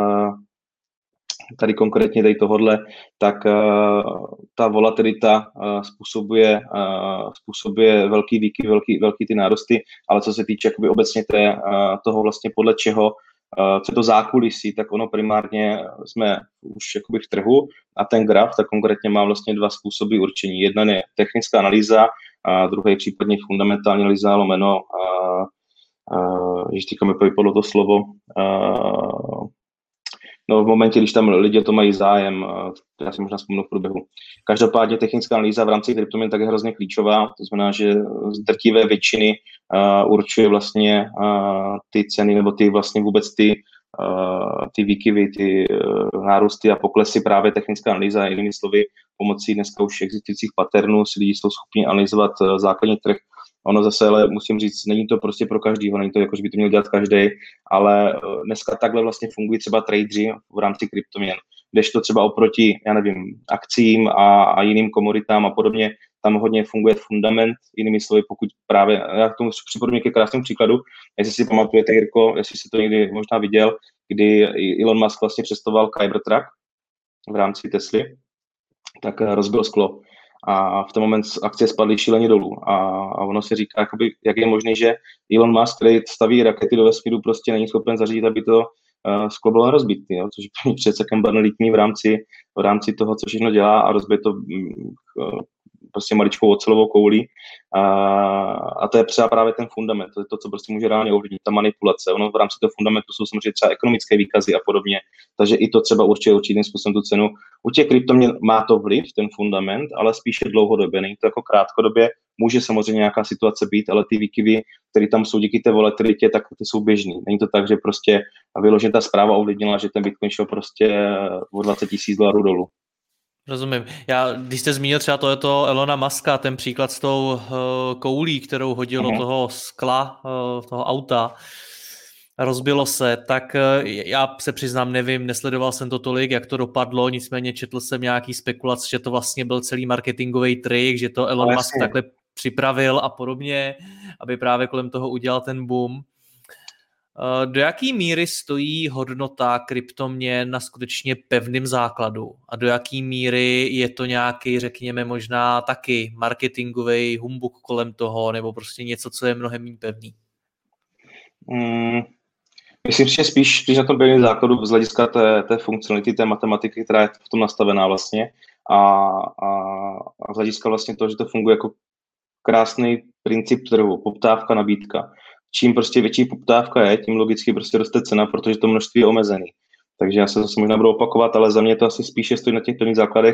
tady konkrétně tady tohodle, tak ta volatilita způsobuje velký výkyv, velký ty nárosty, ale co se týče jakoby obecně toho vlastně podle čeho, co je to zákulisí, tak ono primárně jsme už jakoby v trhu a ten graf tak konkrétně má vlastně dva způsoby určení. Jedna je technická analýza a druhý je případně fundamentální analýza lomeno, když teďka mi vypadlo to slovo, No v momentě, když tam lidi o to mají zájem, já si možná vzpomenu v průběhu. Každopádně technická analýza v rámci kryptoměn tak je hrozně klíčová, to znamená, že z drtivé většiny určuje vlastně ty ceny nebo ty vlastně vůbec ty výkyvy, ty nárůsty a poklesy právě technická analýza, jinými slovy pomocí dneska už existujících patternů si lidi jsou schopni analyzovat základní trh. Ono zase, ale musím říct, není to prostě pro každýho, není to jako, že by to měl dělat každý, ale dneska takhle vlastně fungují třeba tradeři v rámci kryptoměn, kdežto třeba oproti, já nevím, akcím a jiným komoditám a podobně, tam hodně funguje fundament, jinými slovy, pokud právě, já k tomu připomínám ke krásnému příkladu, jestli si pamatujete, Jirko, jestli si to někdy možná viděl, kdy Elon Musk vlastně přestoval Cybertruck v rámci Tesly, tak rozbil sklo. A v ten moment akcie spadly šíleně dolů. A ono se říká, jakoby, jak je možné, že Elon Musk, který staví rakety do vesmíru, prostě není schopen zařídit, aby to sklo bylo rozbitý, jo? Což je přece banalitní v rámci toho, co všechno dělá a rozbije to prostě maličkou ocelovou koulí. A to je třeba právě ten fundament, to je to, co prostě může reálně ovlivnit, ta manipulace. Ono v rámci toho fundamentu jsou samozřejmě třeba ekonomické výkazy a podobně, takže i to třeba určitě určitým způsobem tu cenu. U těch kryptoměn má to vliv, ten fundament, ale spíše dlouhodobě, není to jako krátkodobě, může samozřejmě nějaká situace být, ale ty výkyvy, které tam jsou díky té volatilitě, tak ty jsou běžný. Není to tak, že prostě vyloženě ta zpráva ovlivnila, že ten Bitcoin šel prostě o $20,000 dolů. Rozumím. Když jste zmínil třeba tohleto Elona Muska, ten příklad s tou koulí, kterou hodil do toho skla, toho auta, rozbilo se, tak já se přiznám, nevím, nesledoval jsem to tolik, jak to dopadlo, nicméně četl jsem nějaký spekulace, že to vlastně byl celý marketingový trik, že to Elon Musk takhle připravil a podobně, aby právě kolem toho udělal ten boom. Do jaký míry stojí hodnota kryptoměn na skutečně pevném základu a do jaký míry je to nějaký, řekněme, možná taky marketingový humbuk kolem toho nebo prostě něco, co je mnohem méně pevný? Myslím, že spíš na tom pevném základu z hlediska té funkcionality, té matematiky, která je v tom nastavená vlastně a z hlediska vlastně toho, že to funguje jako krásný princip trhu, poptávka, nabídka. Čím prostě větší poptávka je, tím logicky prostě roste cena, protože to množství je omezený. Takže já se zase možná budu opakovat, ale za mě to asi spíše stojí na těch pevných základech,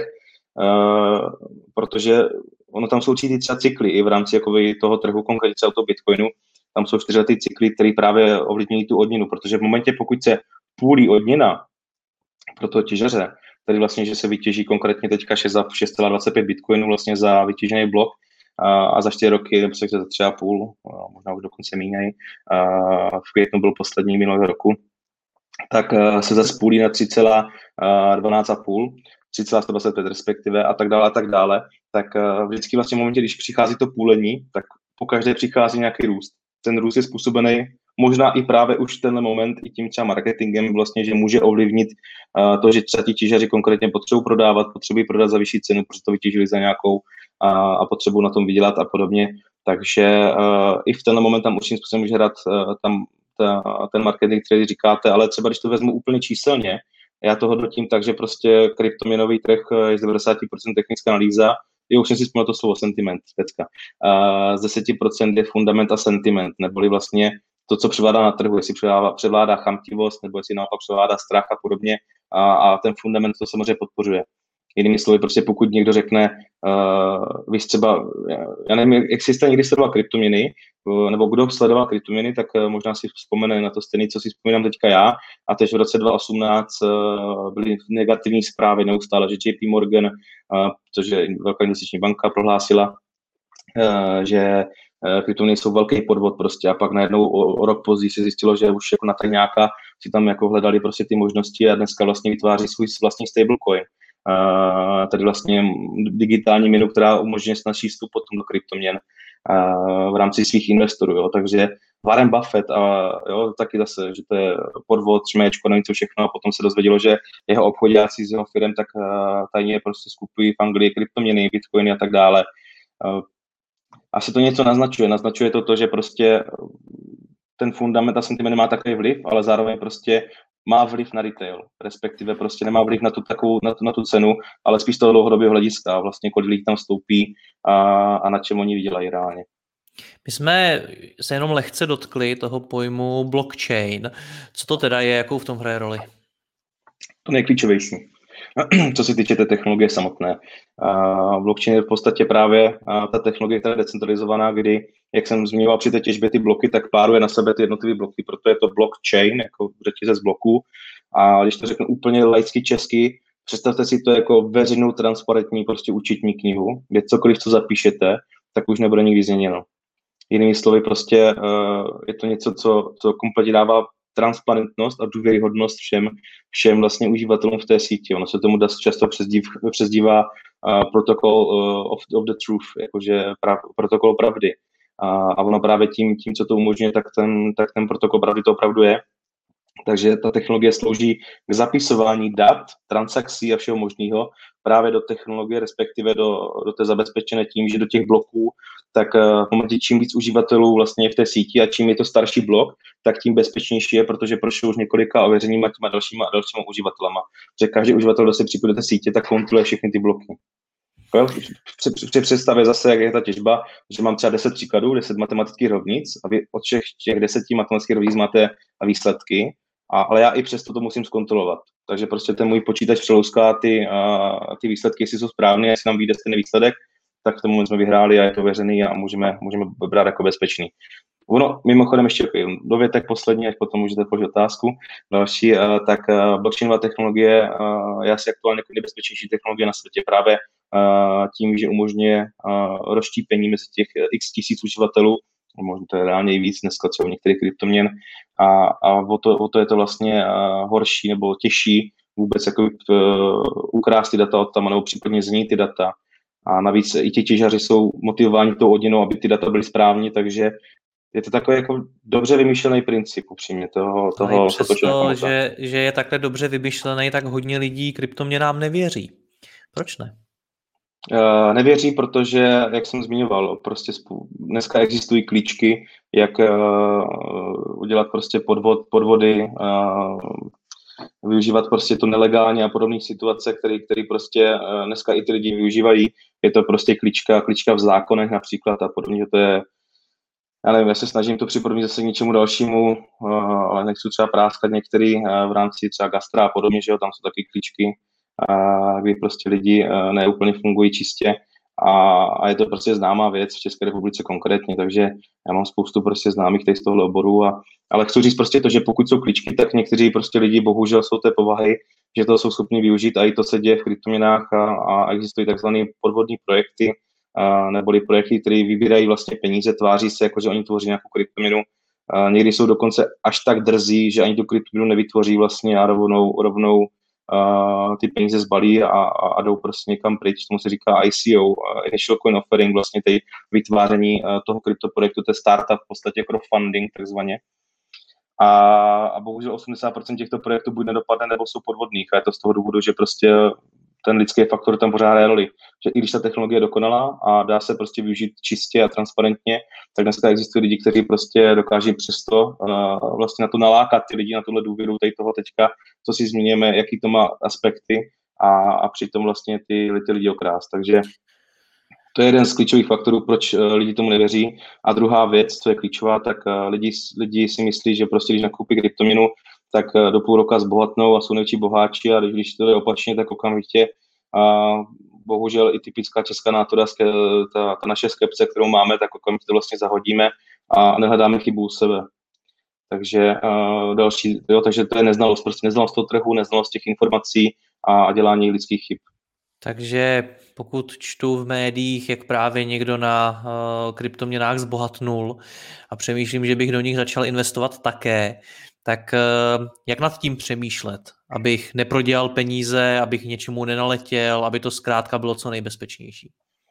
protože ono tam jsou určitý třeba cykly i v rámci toho trhu, konkrétně třeba toho Bitcoinu, tam jsou 4letý cykly, které právě ovlivňují tu odměnu, protože v momentě, pokud se půlí odměna pro toho těžaře, tedy vlastně, že se vytěží konkrétně teďka 6,25 Bitcoinů vlastně za vytěžený blok, a za 4 roky, nebo se za 3,5, možná už dokonce míňají, v květnu byl poslední minulého roku, tak se zase půlí na 3,12,5, 3,125 respektive a tak dále, tak vždycky vlastně v momentě, když přichází to půlení, tak po každé přichází nějaký růst. Ten růst je způsobený možná i právě už tenhle moment i tím třeba marketingem vlastně, že může ovlivnit to, že třeba ti těžaři konkrétně potřebují prodat za vyšší cenu, protože to vytěžili za nějakou a potřebují na tom vydělat a podobně. Takže i v tenhle moment tam určitým způsobem může hrát ten marketing, který říkáte, ale třeba když to vezmu úplně číselně, já to hodnotím tak, že prostě kryptoměnový trh je z 90% technická analýza, už jsem si vzpomněl to slovo sentiment, pecka. Z 10% je fundament a sentiment, neboli vlastně to, co převládá na trhu, jestli převládá chamtivost, nebo jestli naopak převládá strach a podobně a ten fundament to samozřejmě podpořuje. Jinými slovy, prostě pokud někdo řekne, vy třeba, já nevím, jak jste někdy sledoval kryptoměny, nebo kdo sledoval kryptoměny, tak možná si vzpomene na to stejné, co si vzpomínám teďka já, a teď v roce 2018 byly negativní zprávy neustále, že JP Morgan, což je velká investiční banka, prohlásila, že kryptoměny jsou velký podvod prostě a pak najednou o rok později se zjistilo, že už jako na tajňáka si tam jako hledali prostě ty možnosti a dneska vlastně vytváří svůj vlastní stablecoin. Tady vlastně digitální měnu, která umožňuje snazší vstup potom do kryptoměn v rámci svých investorů. Jo. Takže Warren Buffett jo, taky zase, že to je podvod, šméčko, nevím co všechno a potom se dozvědělo, že jeho obchodáci z jeho firm tak tajně prostě skupují v Anglii kryptoměny, bitcoiny a tak dále. Asi to něco naznačuje. Naznačuje to, že prostě ten fundament a sentiment má takový vliv, ale zároveň prostě má vliv na retail, respektive prostě nemá vliv na tu cenu, ale spíš toho dlouhodobého hlediska, vlastně kolik lidí tam vstoupí a na čem oni vydělají reálně. My jsme se jenom lehce dotkli toho pojmu blockchain. Co to teda je, jakou v tom hraje roli? to nejklíčovější. Co se týče té technologie samotné. Blockchain je v podstatě právě ta technologie, která je decentralizovaná, kdy, jak jsem zmiňoval při té těžbě ty bloky, tak páruje na sebe ty jednotlivé bloky, proto je to blockchain, jako řetězec bloků. A když to řeknu úplně laicky česky, představte si to jako veřejnou transparentní prostě účetní knihu, kde cokoliv, co zapíšete, tak už nebude nikdy změněno. Jinými slovy, prostě je to něco, co kompletně dává transparentnost a důvěryhodnost všem vlastně uživatelům v té síti. Ono se tomu dost často přezdívá protokol of the truth, jakože protokol pravdy. A ono právě tím, co to umožňuje, tak ten protokol pravdy to opravdu je. Takže ta technologie slouží k zapisování dat, transakcí a všeho možného právě do technologie, respektive do té zabezpečené tím, že do těch bloků, tak v momentě čím víc uživatelů vlastně je v té síti a čím je to starší blok, tak tím bezpečnější je, protože prošel už několika ověřeníma těma dalšíma uživatelama. Že každý uživatel, kdo se připojí do té sítě, tak kontroluje všechny ty bloky. Při představě zase, jak je ta těžba, že mám třeba 10 příkladů, 10 matematických rovnic a vy od všech těch 10 matematických rovnic máte výsledky, ale já i přesto to musím zkontrolovat. Takže prostě ten můj počítač přelouská ty výsledky, jestli jsou správné, jestli nám vyjde stejný výsledek, tak v tom moment jsme vyhráli a je to věřený a můžeme brát jako bezpečný. Ono, mimochodem ještě dovětek poslední, až potom můžete položit otázku. Další, tak blockchainová technologie je asi aktuálně nejbezpečnější technologie na světě právě tím, že umožňuje rozštípení mezi těch x tisíc uživatelů, možná to je reálně i víc dneska třeba některých kryptoměn a o to je to vlastně horší nebo těžší vůbec jako ukrást ty data od tam, nebo případně změnit ty data. A navíc i ti těžaři jsou motivováni tou hodinou, aby ty data byly správní, takže je to takový jako dobře vymyšlený princip upřímně toho. Přesto, že je takhle dobře vymyšlený, tak hodně lidí kryptoměnám nevěří. Proč ne? Nevěří, protože, jak jsem zmiňoval, prostě dneska existují klíčky, jak udělat prostě podvody, využívat prostě to nelegálně a podobných situace, které prostě dneska i ty lidi využívají. Je to prostě klíčka v zákonech například a podobně, že to je, já nevím, já se snažím to připodobnit zase k něčemu dalšímu, ale nechci třeba práskat některý v rámci třeba gastra a podobně, že jo, tam jsou taky klíčky, kdy prostě lidi neúplně fungují čistě a je to prostě známá věc v České republice konkrétně, takže já mám spoustu prostě známých tady z tohohle oboru, ale chci říct prostě to, že pokud jsou klíčky, tak někteří prostě lidi bohužel jsou té povahy, že to jsou schopni využít a i to se děje v kryptoměnách a existují takzvané podvodní projekty, neboli projekty, které vybírají vlastně peníze, tváří se jako, že oni tvoří nějakou kryptoměnu. Někdy jsou dokonce až tak drzí, že ani tu kryptoměnu nevytvoří vlastně a rovnou ty peníze zbalí a jdou prostě někam pryč. Tomu se říká ICO, Initial Coin Offering, vlastně tej vytváření toho kryptoprojektu, to je startup, v podstatě crowdfunding takzvaně. A bohužel 80% těchto projektů buď nedopadne, nebo jsou podvodných. A je to z toho důvodu, že prostě ten lidský faktor tam pořád hraje roli. Že i když ta technologie je dokonalá a dá se prostě využít čistě a transparentně, tak dneska existují lidi, kteří prostě dokáží přesto vlastně na to nalákat ty lidi, na tuhle důvěru tady toho teďka, co si zmíníme, jaký to má aspekty a přitom vlastně ty lidi okrást. Takže to je jeden z klíčových faktorů, proč lidi tomu nevěří. A druhá věc, co je klíčová, tak lidi si myslí, že prostě když nakoupí kryptoměnu, tak do půl roka zbohatnou a jsou největší boháči a když to je opačně, tak okamžitě bohužel i typická česká nátoda, ta naše skepse, kterou máme, tak okamžitě to vlastně zahodíme a nehledáme chybu u sebe. Takže takže to je neznalost, prostě neznalost toho trhu, neznalost těch informací a dělání lidských chyb. Takže pokud čtu v médiích, jak právě někdo na kryptoměnách zbohatnul a přemýšlím, že bych do nich začal investovat také, tak jak nad tím přemýšlet, abych neprodělal peníze, abych něčemu nenaletěl, aby to zkrátka bylo co nejbezpečnější?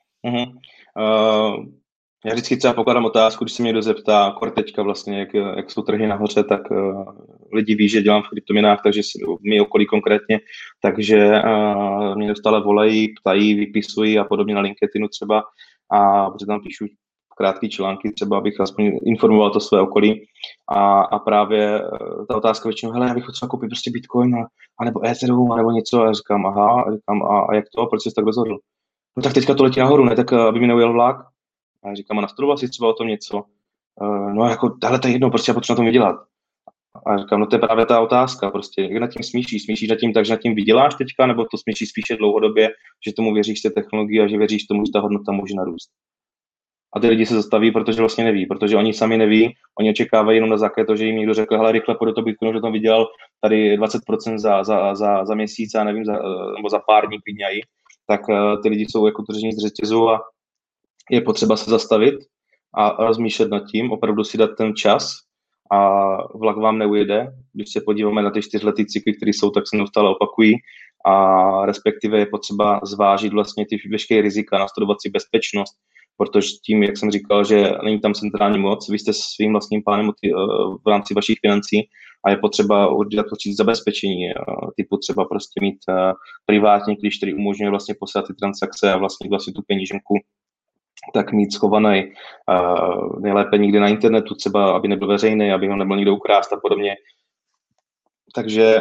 Já vždycky třeba pokládám otázku, když se mě někdo zeptá, teďka vlastně, jak jsou trhy nahoře, tak lidi ví, že dělám v kryptoměnách, takže mi okolí konkrétně, takže mě neustále volají, ptají, vypisují a podobně na LinkedInu třeba a protože tam píšu krátké články, třeba abych aspoň informoval to své okolí a právě ta otázka většinou, hele, já bych chtěl koupit prostě Bitcoin anebo Ethereum, anebo něco a říkám, a jak to, proč jsi tak rozhodl? No tak teďka to letí nahoru, ne, tak aby mi neujel vlak. A říkám, a nastudoval jsi třeba o tom něco? No jako, hele, to je jedno, prostě já potřebuji na tom vydělat. a říkám, no to je právě ta otázka, prostě, jak nad tím smíšíš nad tím tak, že nad tím vyděláš teďka, nebo to smíšíš spíše dlouhodobě, že tomu věříš té technologii a že věříš tomu, že ta hodnota může narůst. A ty lidi se zastaví, protože vlastně neví, protože oni sami neví, oni očekávají jenom na základě toho, že jim někdo řekl, hele, rychle půjdu to Bitcoinu, že tam vydělal tady 20% za měsíc, já nevím, nebo za pár dní klidně, tak ty lidi jsou jako držení z řetězu a je potřeba se zastavit a rozmýšlet nad tím, opravdu si dát ten čas a vlak vám neujede. Když se podíváme na ty 4letý cykly, které jsou, tak se neustále opakují a respektive je potřeba zvážit vlastně ty veškeré rizika, nastudovat si bezpečnost, protože tím, jak jsem říkal, že není tam centrální moc, vy jste svým vlastním pánem v rámci vašich financí a je potřeba udělat určitě zabezpečení, typu třeba prostě mít privátní klíč, který umožňuje vlastně posílat ty transakce a vlastně tu peníženku tak mít schovaný nejlépe někde na internetu, třeba aby nebyl veřejný, aby ho nebyl nikdo ukrást a podobně. Takže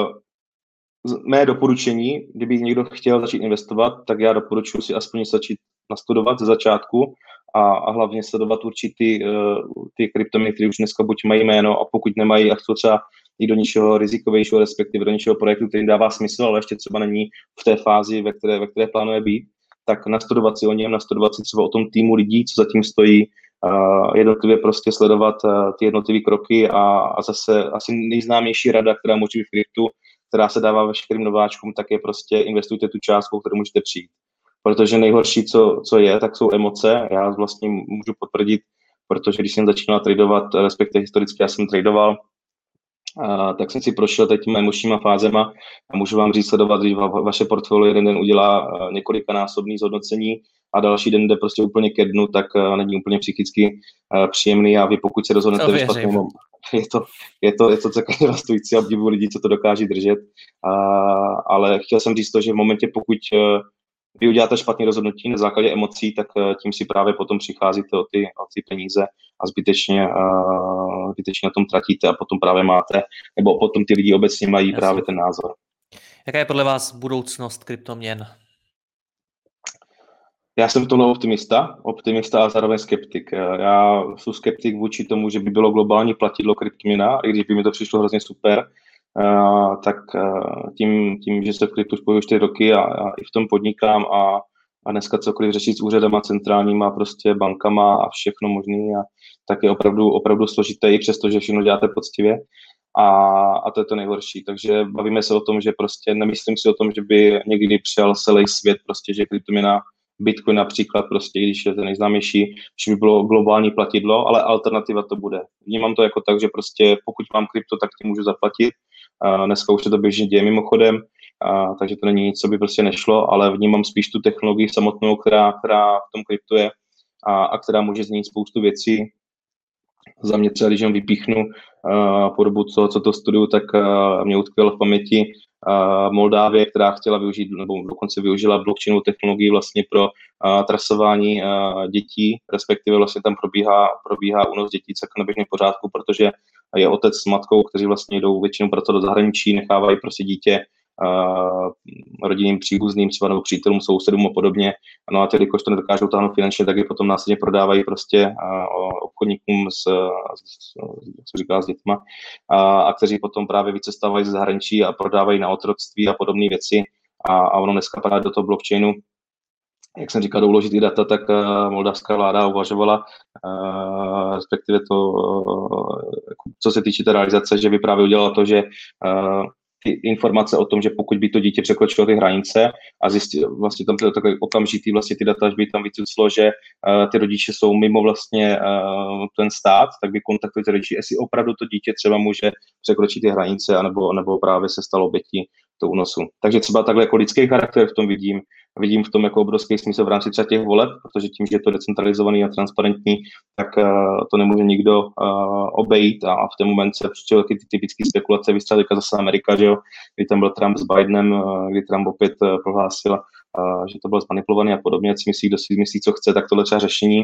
mé doporučení, kdyby někdo chtěl začít investovat, tak já doporučuji si aspoň začít nastudovat ze začátku a hlavně sledovat určitý ty kryptoměny, které už dneska buď mají jméno a pokud nemají a chcou třeba jít do něčeho rizikovějšího, respektive do něčeho projektu, který dává smysl, ale ještě třeba není v té fázi, ve které plánuje být, tak nastudovat si o něm, nastudovat si třeba o tom týmu lidí, co zatím stojí, jednotlivě prostě sledovat ty jednotlivé kroky a zase asi nejznámější rada, která může být v kryptu, která se dává veškerým nováčkům, tak je prostě investujte tu částku, kterou můžete přijít. Protože nejhorší, co je, tak jsou emoce. Já vlastně můžu potvrdit, protože když jsem začínal tradovat, respektive historicky já jsem tradoval, tak jsem si prošel teď těmi emočníma fázema a můžu vám říct sledovat, když vaše portfolio jeden den udělá několikanásobný zhodnocení a další den jde prostě úplně ke dnu, tak není úplně psychicky příjemný a vy pokud se rozhodnete ve špatnou, je to celkem devastující a obdivuji lidí, co to dokáží držet, ale chtěl jsem říct to, že v momentě, pokud vy uděláte špatné rozhodnutí na základě emocí, tak tím si právě potom přicházíte o ty peníze a zbytečně na tom tratíte a potom právě máte, nebo potom ty lidi obecně mají právě ten názor. Jaká je podle vás budoucnost kryptoměn? Já jsem tohle optimista a zároveň skeptik. Já jsem skeptik vůči tomu, že by bylo globální platidlo kryptoměna, i když by mi to přišlo hrozně super, tak tím, že se v kryptu spojuji 4 roky a i v tom podnikám a dneska cokoliv řešit s úřadama centrálníma, prostě bankama a všechno možný, tak je opravdu složité, i přesto, že všechno děláte poctivě. A to je to nejhorší. Takže bavíme se o tom, že prostě nemyslím si o tom, že by někdy přijal celý svět, prostě, že kryptoměna Bitcoin například, prostě, když je to nejznámější, že by bylo globální platidlo, ale alternativa to bude. Vnímám to jako tak, že prostě pokud mám krypto, tak ti můžu zaplatit. Dneska už se to běžně děje mimochodem, takže to není nic, co by prostě nešlo, ale vnímám spíš tu technologii samotnou, která v tom kryptu je a která může změnit spoustu věcí. Za mě třeba, když jen vypíchnu po dobu, co to studuju, tak mě utkvěl v paměti Moldávie, která chtěla využít, nebo dokonce využila blockchainovou technologii vlastně pro trasování dětí, respektive vlastně tam probíhá únos dětí celkem na běžném pořádku, protože je otec s matkou, kteří vlastně jdou většinou pracovat do zahraničí, nechávají prostě dítě rodinným příbuzným třeba nebo přítelům, sousedům a podobně. No a ty, když to nedokážou táhnout finančně, tak je potom následně prodávají prostě obchodníkům s dětma a kteří potom právě vycestávají ze zahraničí a prodávají na otroctví a podobné věci a ono dneska padá do toho blockchainu. Jak jsem říkal, uložit i data, tak moldavská vláda uvažovala, respektive to, co se týče té realizace, že by právě udělala to, že ty informace o tom, že pokud by to dítě překročilo ty hranice a zjistil, vlastně tam takové okamžitý vlastně ty data, že by tam vycuclo, že ty rodiče jsou mimo vlastně ten stát, tak by kontaktujete rodiče, jestli opravdu to dítě třeba může překročit ty hranice, anebo právě se stalo obětí toho únosu. Takže třeba takhle jako lidský charakter v tom vidím v tom jako obrovský smysl v rámci třeba těch voleb, protože tím, že je to decentralizovaný a transparentní, tak to nemůže nikdo obejít a v ten moment se přišly ty typické spekulace, vystřelila zase Amerika, že jo, kdy tam byl Trump s Bidenem, kdy Trump opět prohlásil, že to bylo zmanipulované a podobně, si myslí, kdo si myslí, co chce, tak tohle třeba řešení.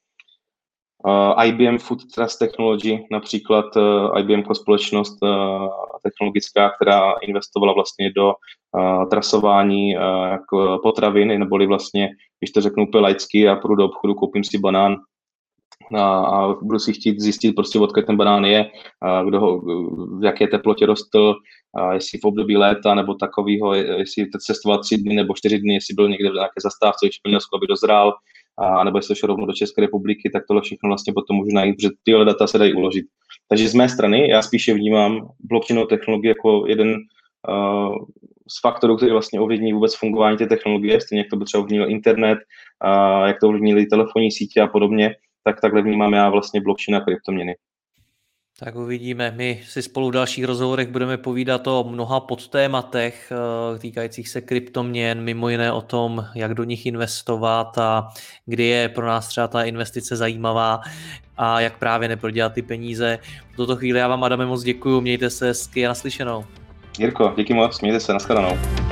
IBM Food Trust Technology, například IBM jako společnost technologická, která investovala vlastně do trasování jako potravin, neboli vlastně, když to řeknu úplně laicky, já půjdu do obchodu, koupím si banán a budu si chtít zjistit prostě, odkud ten banán je, v jaké teplotě rostl, jestli v období léta nebo takového, jestli cestoval 3 dny nebo 4 dny, jestli byl někde v nějaké zastávce v Španělsku, aby dozrál, nebo jestli šel rovnou do České republiky, tak tohle všechno vlastně potom můžu najít, protože tyhle data se dají uložit. Takže z mé strany já spíše vnímám blockchainovou technologii jako jeden z faktorů, který vlastně ovlivní vůbec fungování té technologie, stejně jak to by třeba ovlivnil internet, jak to ovlivnili telefonní sítě a podobně, tak takhle vnímám já vlastně blockchain a kryptoměny. Tak uvidíme. My si spolu v dalších rozhovorech budeme povídat o mnoha podtématech týkajících se kryptoměn, mimo jiné o tom, jak do nich investovat a kdy je pro nás třeba ta investice zajímavá a jak právě neprodělat ty peníze. V tuto chvíli já vám, Adame, moc děkuju, mějte se hezky a naslyšenou. Jirko, díky moc, mějte se, nashledanou.